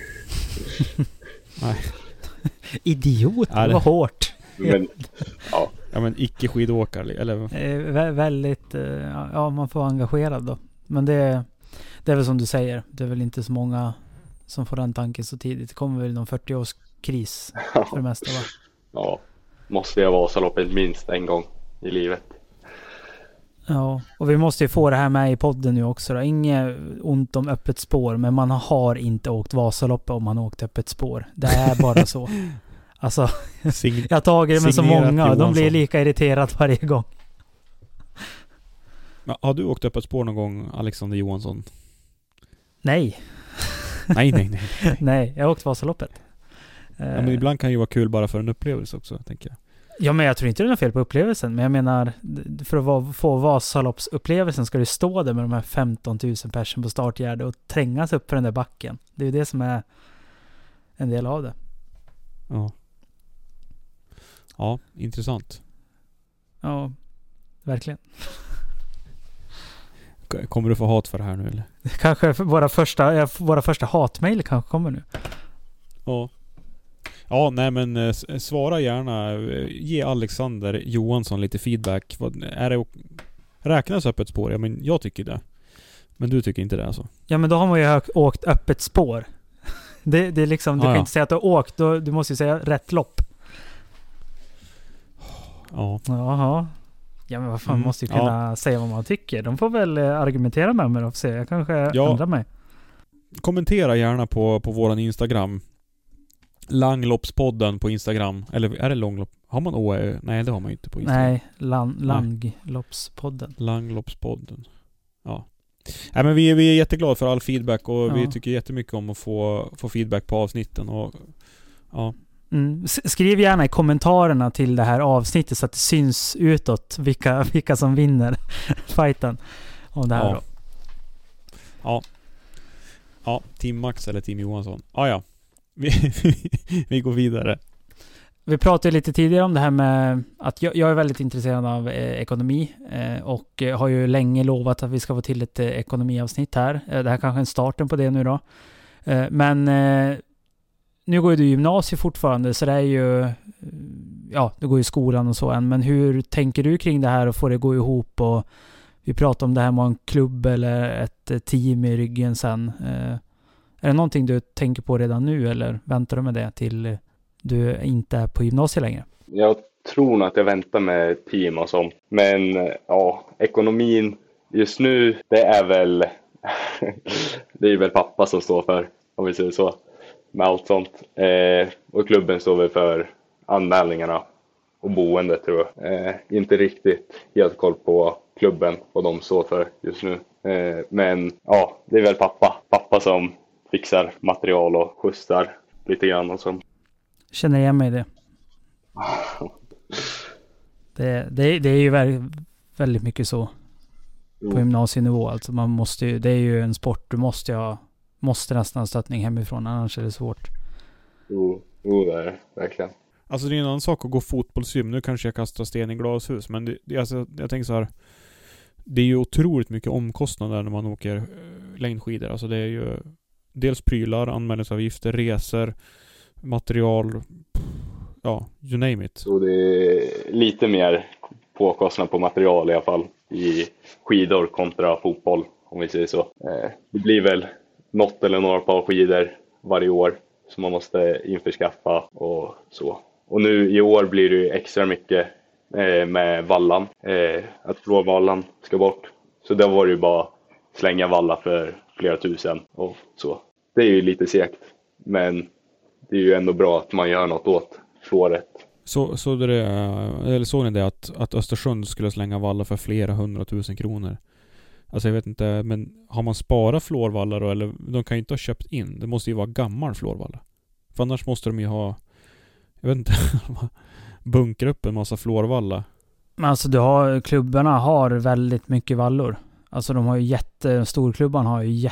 Speaker 6: Nej.
Speaker 5: Idiot, det var hårt.
Speaker 6: Men,
Speaker 4: men icke-skidåkare, eller?
Speaker 5: Väldigt, man får vara engagerad då. Men det är väl som du säger, det är väl inte så många som får den tanken så tidigt. Det kommer väl någon 40-årskris för det mesta, va?
Speaker 6: Ja, måste jag Vasaloppet minst en gång i livet.
Speaker 5: Ja, och vi måste ju få det här med i podden nu också då. Inget ont om öppet spår, men man har inte åkt Vasaloppet om man har åkt öppet spår. Det är bara så. Alltså, jag har tagit det med så många och de blir lika irriterade varje gång.
Speaker 4: Har du åkt öppet spår någon gång, Alexander Johansson?
Speaker 5: Nej.
Speaker 4: Nej.
Speaker 5: Nej, jag har åkt Vasaloppet.
Speaker 4: Men ibland kan ju vara kul bara för en upplevelse också, tänker jag.
Speaker 5: Ja, men jag tror inte det är något fel på upplevelsen. Men jag menar, för att få Vasaloppsupplevelsen ska du stå där med de här 15 000 personer på startgärde och trängas upp för den där backen. Det är ju det som är en del av det.
Speaker 4: Ja, intressant.
Speaker 5: Ja, verkligen.
Speaker 4: Kommer du få hat för det här nu, eller?
Speaker 5: Kanske våra första hatmejl kanske kommer nu.
Speaker 4: Ja. Ja, nej men svara gärna. Ge Alexander Johansson lite feedback. Räknas öppet spår? Ja, men jag tycker det. Men du tycker inte det alltså? Ja,
Speaker 5: men då har man ju åkt öppet spår. Det är liksom, du kan inte säga att du har åkt. Du måste ju säga rätt lopp.
Speaker 4: Ja.
Speaker 5: Jaha. Ja, men vad fan, måste ju kunna säga vad man tycker. De får väl argumentera med mig och se. Jag kanske ändrar mig.
Speaker 4: Kommentera gärna på våran Instagram. Langloppspodden på Instagram. Eller är det långlopp? Har man OE? Nej, det har man ju inte på Instagram.
Speaker 5: Nej, Langloppspodden.
Speaker 4: Langloppspodden. Ja. Nej, men vi är jätteglada för all feedback och vi tycker jättemycket om att få feedback på avsnitten och ja.
Speaker 5: Skriv gärna i kommentarerna till det här avsnittet så att det syns utåt vilka som vinner fighten om det här då.
Speaker 4: Ja, Team Max eller Team Johansson. Ja. Vi går vidare.
Speaker 5: Vi pratade lite tidigare om det här med att jag är väldigt intresserad av ekonomi och har ju länge lovat att vi ska få till ett ekonomiavsnitt här. Det här kanske är starten på det nu då. Men nu går ju du gymnasiet fortfarande, så det är ju du går i skolan och så än. Men hur tänker du kring det här och får det gå ihop? Och vi pratar om det här med en klubb eller ett team i ryggen sen. Är det någonting du tänker på redan nu eller väntar du med det till du inte är på gymnasiet längre?
Speaker 6: Jag tror nog att jag väntar med team och sånt. Men ekonomin just nu, det är väl pappa som står för, om vi säger så, med allt sånt. Och klubben står väl för anmälningarna och boende, tror jag. Inte riktigt helt koll på klubben, vad de står för just nu. Men det är väl pappa som fixar material och skjutsar lite grann och så.
Speaker 5: Känner igen mig i det. Det är ju väldigt mycket så på gymnasienivå. Alltså man måste ju, det är ju en sport, du måste nästan ha stöttning hemifrån, annars är det svårt.
Speaker 6: Jo, det är det, verkligen.
Speaker 4: Alltså det är en annan sak att gå fotbollsgym. Nu kanske jag kastar sten i glashus, men jag tänker så här, det är ju otroligt mycket omkostnader när man åker längdskidor. Alltså det är ju dels prylar, anmälningsavgifter, resor, material, you name it.
Speaker 6: Så det är lite mer påkostnad på material i alla fall i skidor kontra fotboll, om vi säger så. Det blir väl något eller några par skidor varje år som man måste införskaffa och så. Och nu i år blir det extra mycket med vallan. Att florvallan ska bort. Så då var det ju bara slänga valla för flera tusen och så. Det är ju lite segt, men det är ju ändå bra att man gör något åt floret.
Speaker 4: Såg ni det att Östersund skulle slänga valla för flera 100,000 kronor? Alltså jag vet inte, men har man sparat florvallar då, eller de kan ju inte ha köpt in. Det måste ju vara gammal florvalla. För annars måste de ju ha, jag vet inte, bunkra upp en massa florvalla. Men
Speaker 5: alltså klubbarna har väldigt mycket vallor. Alltså de har ju storklubban har ju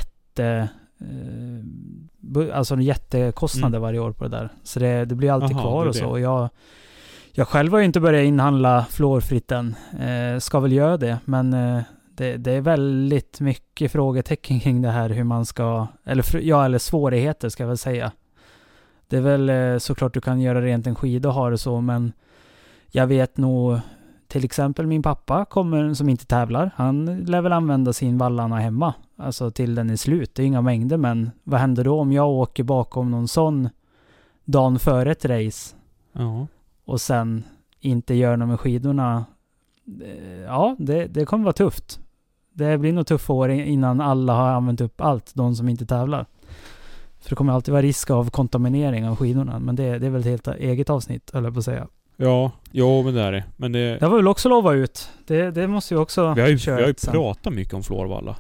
Speaker 5: jättekostnader varje år på det där. Så det blir alltid kvar och så. Och jag själv har ju inte börjat inhandla florfritt än. Ska väl göra det, men det är väldigt mycket frågetecken kring det här hur man ska, eller svårigheter ska jag väl säga. Det är väl såklart du kan göra rent en skida och ha det så, men jag vet nog till exempel min pappa som inte tävlar, han lär väl använda sin vallarna hemma, alltså till den är slut. Det är inga mängder, men vad händer då om jag åker bakom någon sån dagen före ett race och sen inte gör något med skidorna? Ja, det kommer vara tufft. Det blir nog tuffa år innan alla har använt upp allt, de som inte tävlar. För det kommer alltid vara risk av kontaminering av skidorna, men det är väl ett helt eget avsnitt, eller på att säga.
Speaker 4: Ja, men det är det. Men det
Speaker 5: var väl också lova ut. Det måste ju också
Speaker 4: vi har ju pratat mycket om florvalla.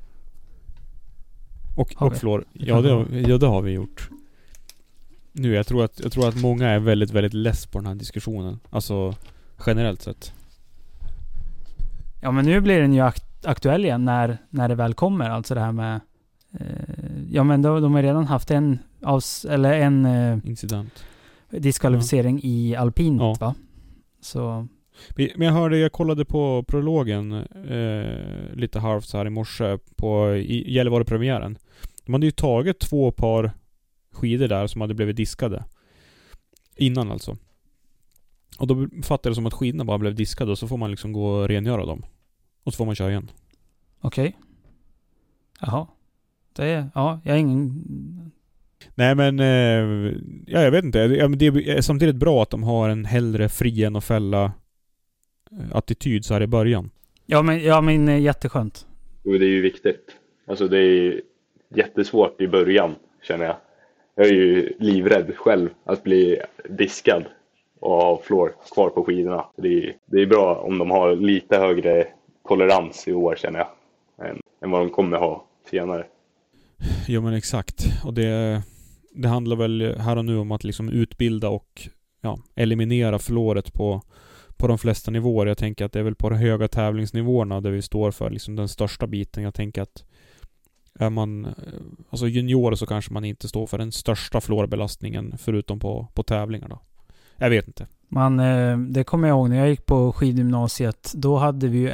Speaker 4: Och flor. Ja, det har vi gjort. Nu jag tror att många är väldigt väldigt less på den här diskussionen. Alltså generellt sett.
Speaker 5: Ja, men nu blir den ju aktuell igen när det väl kommer, alltså det här med men de har redan haft en
Speaker 4: incident.
Speaker 5: Diskvalificering i alpint, va? Så.
Speaker 4: Men jag kollade på prologen lite halvt så här i morse i Gällivare-premiären. De hade ju tagit 2 par skidor där som hade blivit diskade innan alltså. Och då fattade det som att skidorna bara blev diskade och så får man liksom gå och rengöra dem. Och så får man köra igen.
Speaker 5: Okej. Jaha. Jag är ingen...
Speaker 4: Nej, men jag vet inte. Det är samtidigt bra att de har en hellre fri än att fälla attityd så här i början.
Speaker 5: Ja, men jätteskönt.
Speaker 6: Jo, det är ju viktigt. Alltså det är jättesvårt i början, känner jag. Jag är ju livrädd själv att bli diskad och ha fluor kvar på skidorna. Det är bra om de har lite högre tolerans i år, känner jag, än vad de kommer ha senare.
Speaker 4: Ja, men exakt. Och det handlar väl här och nu om att liksom utbilda och eliminera fluoret på de flesta nivåer. Jag tänker att det är väl på de höga tävlingsnivåerna där vi står för liksom den största biten. Jag tänker att är man junior så kanske man inte står för den största fluorbelastningen förutom på tävlingar då. Jag vet inte.
Speaker 5: Det kommer jag ihåg när jag gick på skidgymnasiet. Då hade vi ju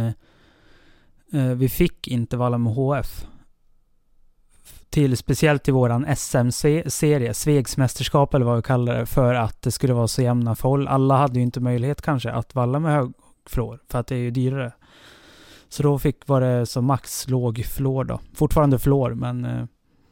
Speaker 5: vi fick inte valla med HF. Speciellt i våran SM-serie, Svegsmästerskap eller vad vi kallar det, för att det skulle vara så jämna förhåll. Alla hade ju inte möjlighet kanske att valla med hög fluor, för att det är ju dyrare. Så då var det som max låg fluor då. Fortfarande fluor, men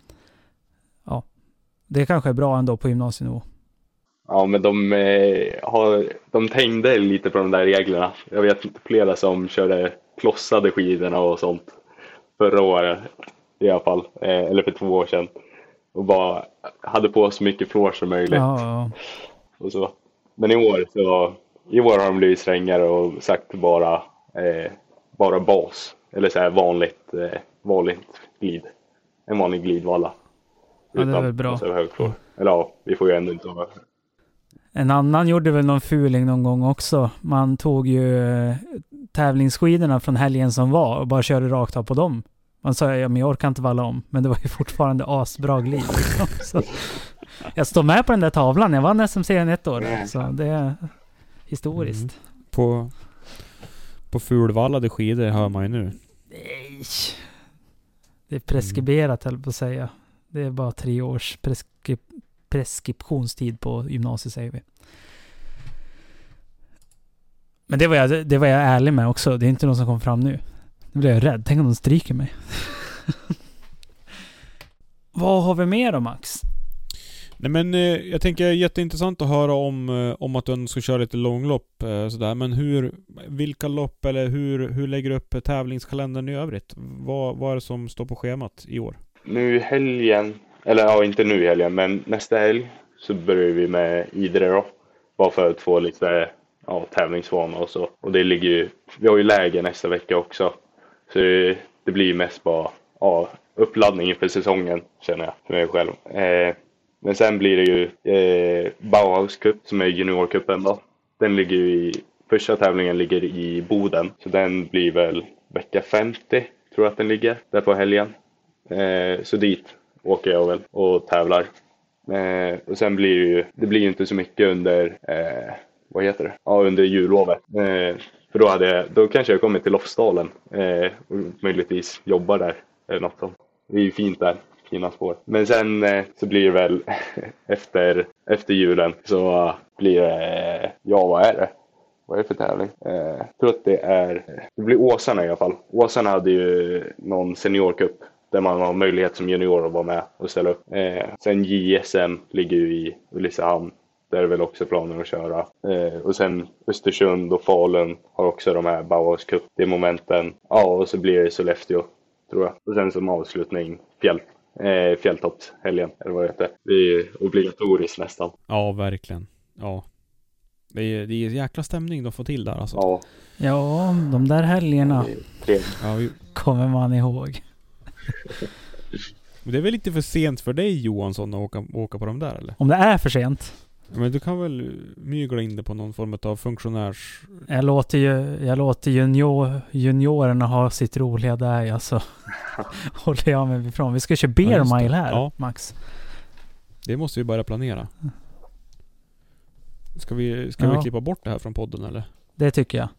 Speaker 5: det kanske är bra ändå på gymnasienivå.
Speaker 6: Ja, men de tängde lite på de där reglerna. Jag vet inte flera som körde klossade skidorna och sånt förra året i alla fall, eller för 2 år sedan, och bara hade på så mycket fluor som möjligt.
Speaker 5: Ja.
Speaker 6: Och så. Men i år har de blivit strängare och sagt bara bas, eller så här vanligt glid, en vanlig glidvalla.
Speaker 5: Ja, det är väl bra.
Speaker 6: Hög fluor. Eller vi får ju ändå inte ha.
Speaker 5: En annan gjorde väl någon fuling någon gång också. Man tog ju tävlingsskidorna från helgen som var och bara körde rakt av på dem. Man sa, men jag orkar inte valla om. Men det var ju fortfarande asbra glid. Så jag står med på den där tavlan. Jag vann SM-serien 1 år. Så det är historiskt.
Speaker 4: På fulvallade skidor hör man ju nu.
Speaker 5: Nej. Det är preskriberat, höll på att säga. Det är bara 3 års preskriptionstid på gymnasiet, säger vi. Men det var jag ärlig med också. Det är inte någon som kom fram nu. Nu blir jag rädd. Tänk om de stryker mig. Vad har vi mer då, Max?
Speaker 4: Nej, men jag tänker jätteintressant att höra om att du ska köra lite långlopp sådär. Men vilka lopp eller hur lägger du upp tävlingskalendern i övrigt? Vad är det som står på schemat i år?
Speaker 6: Nu helgen, eller inte nu i helgen, men nästa helg så börjar vi med Idre då. Bara för att få lite tävlingsvana och så. Och det vi har ju läge nästa vecka också. Så det blir mest bara uppladdning för säsongen, känner jag för mig själv. Men sen blir det ju Bauhaus Cup som är juniorcupen då. Den ligger ju första tävlingen ligger i Boden. Så den blir väl vecka 50, tror jag att den ligger, där på helgen. Så dit åker jag väl och tävlar. Och sen blir det blir ju inte så mycket under vad heter det? Ja, under jullovet. För då kanske jag kommer till Lofsdalen och möjligtvis jobbar där eller något sånt. Det är ju fint där, fina spår. Men sen så blir det väl efter julen så blir det, vad är det? Vad är det för tävling? Jag tror att det blir Åsarna i alla fall. Åsarna hade ju någon seniorcup där man har möjlighet som junior att vara med och ställa upp. Sen JSM ligger ju i Ulricehamn. Där är väl också planer att köra. Och sen Östersund och Falun har också de här Bauhaus Cup. Det är momenten. Ja, och så blir det Sollefteå, tror jag. Och sen som avslutning Fjälltoppshelgen, eller vad det heter. Det är obligatoriskt nästan.
Speaker 4: Ja, verkligen. Ja. Det är jäkla stämning de får till där alltså.
Speaker 5: Ja, de där helgerna kommer man ihåg.
Speaker 4: Men det är väl lite för sent för dig, Johansson, att åka på dem där, eller?
Speaker 5: Om det är för sent.
Speaker 4: Men du kan väl mygla in det på någon form av funktionärs...
Speaker 5: Jag låter juniorerna ha sitt roliga där, alltså. Håller jag mig ifrån. Vi ska köra beer mile här, Max. Det
Speaker 4: måste vi börja planera. Ska vi klippa bort det här från podden, eller?
Speaker 5: Det tycker jag.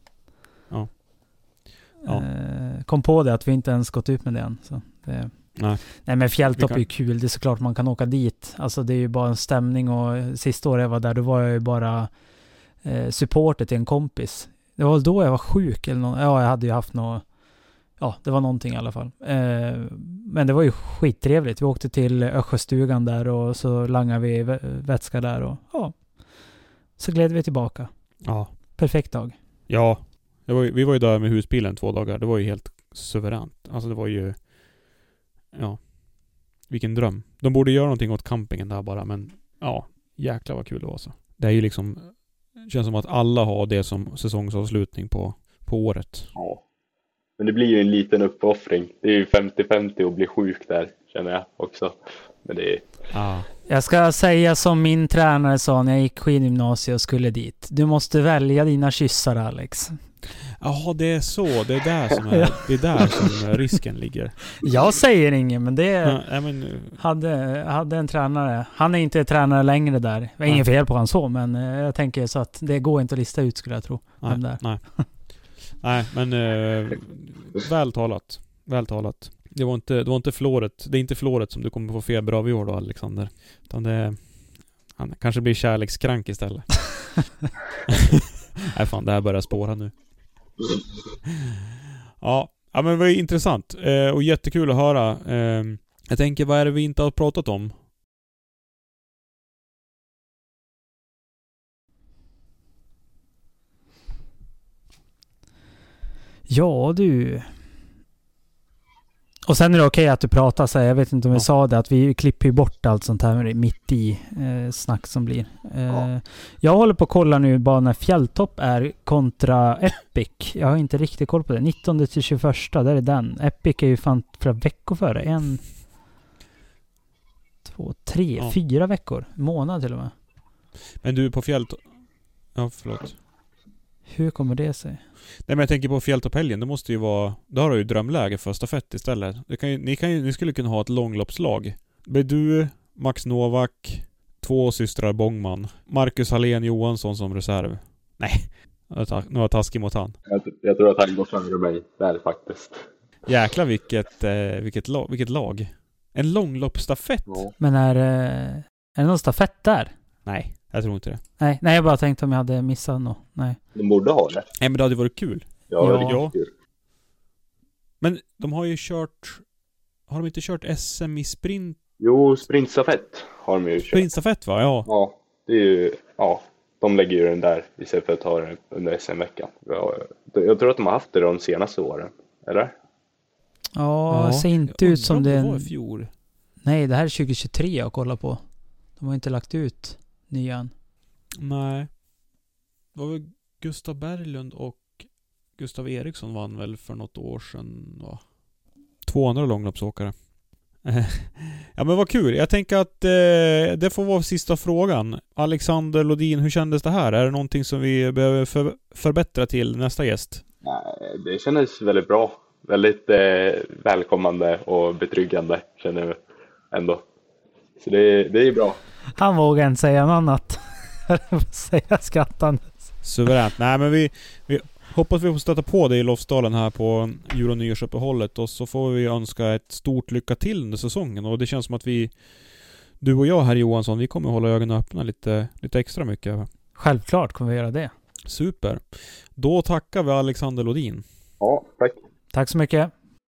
Speaker 4: Ja.
Speaker 5: Kom på det att vi inte ens gått ut med det än. Så det... Nej, men Fjälltopp är ju kul. Det är såklart man kan åka dit. Alltså det är ju bara en stämning. Och sista året jag var där, då var jag ju bara supporter till en kompis. Det var då jag var sjuk eller något. Ja, jag hade ju haft något. Ja, det var någonting i alla fall. Men det var ju skittrevligt. Vi åkte till Ösjöstugan där och så langade vi vätska där och så gled vi tillbaka.
Speaker 4: Ja.
Speaker 5: Perfekt dag.
Speaker 4: Ja. Vi var ju där med husbilen 2 dagar. Det var ju helt suveränt. Alltså det var ju vilken dröm. De borde göra någonting åt campingen där bara, men ja, jäklar vad kul det var så. Det är ju liksom, känns som att alla har det som säsongsavslutning på året.
Speaker 6: Ja. Men det blir ju en liten uppoffring. Det är ju 50-50 att bli sjuk där, känner jag också. Men det är...
Speaker 5: Jag ska säga som min tränare sa när jag gick skidgymnasiet och skulle dit. Du måste välja dina kyssar, Alex.
Speaker 4: Ja, det är så. Det är där som, det är där som risken ligger.
Speaker 5: Jag säger inget, men det
Speaker 4: men...
Speaker 5: hade en tränare. Han är inte tränare längre där. Det är ingen fel på han så, men jag tänker så att det går inte att lista ut, skulle jag tro.
Speaker 4: Nej, men väl talat. Det var inte flåret. Det är inte flåret som du kommer få feber av i år då, Alexander. Utan han kanske blir kärlekskrank istället. Nej fan, det här börjar spåra nu. Ja, men det var ju intressant. Och jättekul att höra. Jag tänker, vad är det vi inte har pratat om?
Speaker 5: Ja, du. Och sen är det okej att du pratar så här. Jag vet inte om vi sa det, att vi klipper ju bort allt sånt här mitt i snack som blir. Jag håller på att kolla nu bara när Fjälltopp är kontra Epic. Jag har inte riktigt koll på det. 19-21, där är den. Epic är ju fan flera veckor före. 1, 2, 3, 4 veckor. Månad till och med.
Speaker 4: Men du på Fjälltopp... Ja, förlåt.
Speaker 5: Hur kommer det sig?
Speaker 4: Nej, men jag tänker på Fjälltopphelgen. Det måste ju vara... Då har du ju drömläge för stafett istället. Ni skulle kunna ha ett långloppslag. Det är du, Max Novak, 2 systrar Bångman, Marcus Hallén Johansson som reserv. Nej, nu var jag taskig mot han.
Speaker 6: Jag tror att han går fram med mig där faktiskt.
Speaker 4: Jäklar vilket lag. En långloppsstafett. Ja.
Speaker 5: Men är det någon stafett där?
Speaker 4: Nej, jag tror inte det.
Speaker 5: Nej, jag bara tänkte om jag hade missat något. Nej.
Speaker 6: De borde ha det.
Speaker 4: Nej, men det hade varit kul.
Speaker 6: Ja. Kul.
Speaker 4: Men de har ju kört... Har de inte kört SM i sprint?
Speaker 6: Jo, sprintstafett har de ju kört.
Speaker 4: Sprintstafett, va? Ja.
Speaker 6: Ja, det är ju... Ja, de lägger ju den där istället för att ta den under SM-veckan. Jag tror att de har haft det de senaste åren. Eller?
Speaker 5: Ja, det ser inte ut som det
Speaker 4: var i fjol.
Speaker 5: Nej, det här är 2023 jag kollar på. De har inte lagt ut nyan.
Speaker 4: Nej. Det var väl Gustav Berglund och Gustav Eriksson vann väl för något år sedan, va? 2 andra långloppsåkare. Ja, men vad kul. Jag tänker att det får vara sista frågan. Alexander Lodin, hur kändes det här? Är det någonting som vi behöver förbättra till nästa gäst?
Speaker 6: Nej, det kändes väldigt bra. Väldigt välkommande och betryggande, känner jag ändå. Så det är bra.
Speaker 5: Han vågar inte säga något annat. Säga skrattandes.
Speaker 4: Suveränt. Nej, men vi hoppas vi får stöta på det i Lofsdalen här på jul- och nyårsuppehållet, och så får vi önska ett stort lycka till under säsongen. Och det känns som att du och jag, herr Johansson, vi kommer hålla ögonen öppna lite extra mycket.
Speaker 5: Självklart kommer vi göra det.
Speaker 4: Super. Då tackar vi Alexander Lodin.
Speaker 6: Ja, tack.
Speaker 5: Tack så mycket.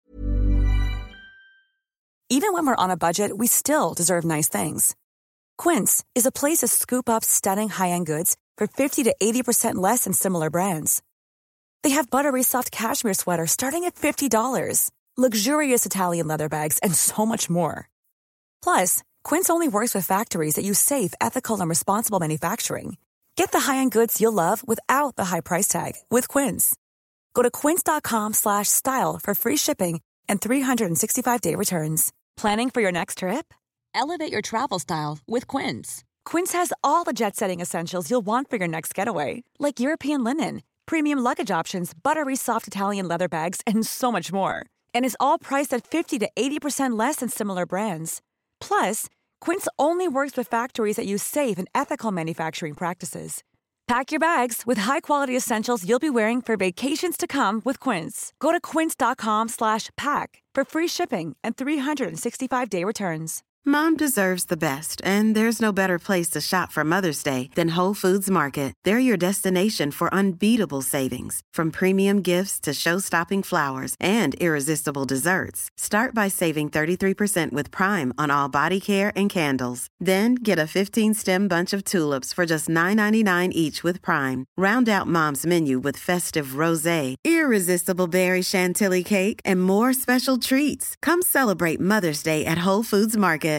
Speaker 9: Even when we're on a budget, we still deserve nice things. Quince is a place to scoop up stunning high-end goods for 50 to 80% less than similar brands. They have buttery soft cashmere sweaters starting at $50, luxurious Italian leather bags, and so much more. Plus, Quince only works with factories that use safe, ethical, and responsible manufacturing. Get the high-end goods you'll love without the high price tag with Quince. Go to quince.com/style for free shipping and 365-day returns. Planning for your next trip? Elevate your travel style with Quince. Quince has all the jet-setting essentials you'll want for your next getaway, like European linen, premium luggage options, buttery soft Italian leather bags, and so much more. And is all priced at 50 to 80% less than similar brands. Plus, Quince only works with factories that use safe and ethical manufacturing practices. Pack your bags with high-quality essentials you'll be wearing for vacations to come with Quince. Go to quince.com/pack for free shipping and 365-day returns.
Speaker 10: Mom deserves the best, and there's no better place to shop for Mother's Day than Whole Foods Market. They're your destination for unbeatable savings, from premium gifts to show-stopping flowers and irresistible desserts. Start by saving 33% with Prime on all body care and candles. Then get a 15-stem bunch of tulips for just $9.99 each with Prime. Round out Mom's menu with festive rosé, irresistible berry chantilly cake, and more special treats. Come celebrate Mother's Day at Whole Foods Market.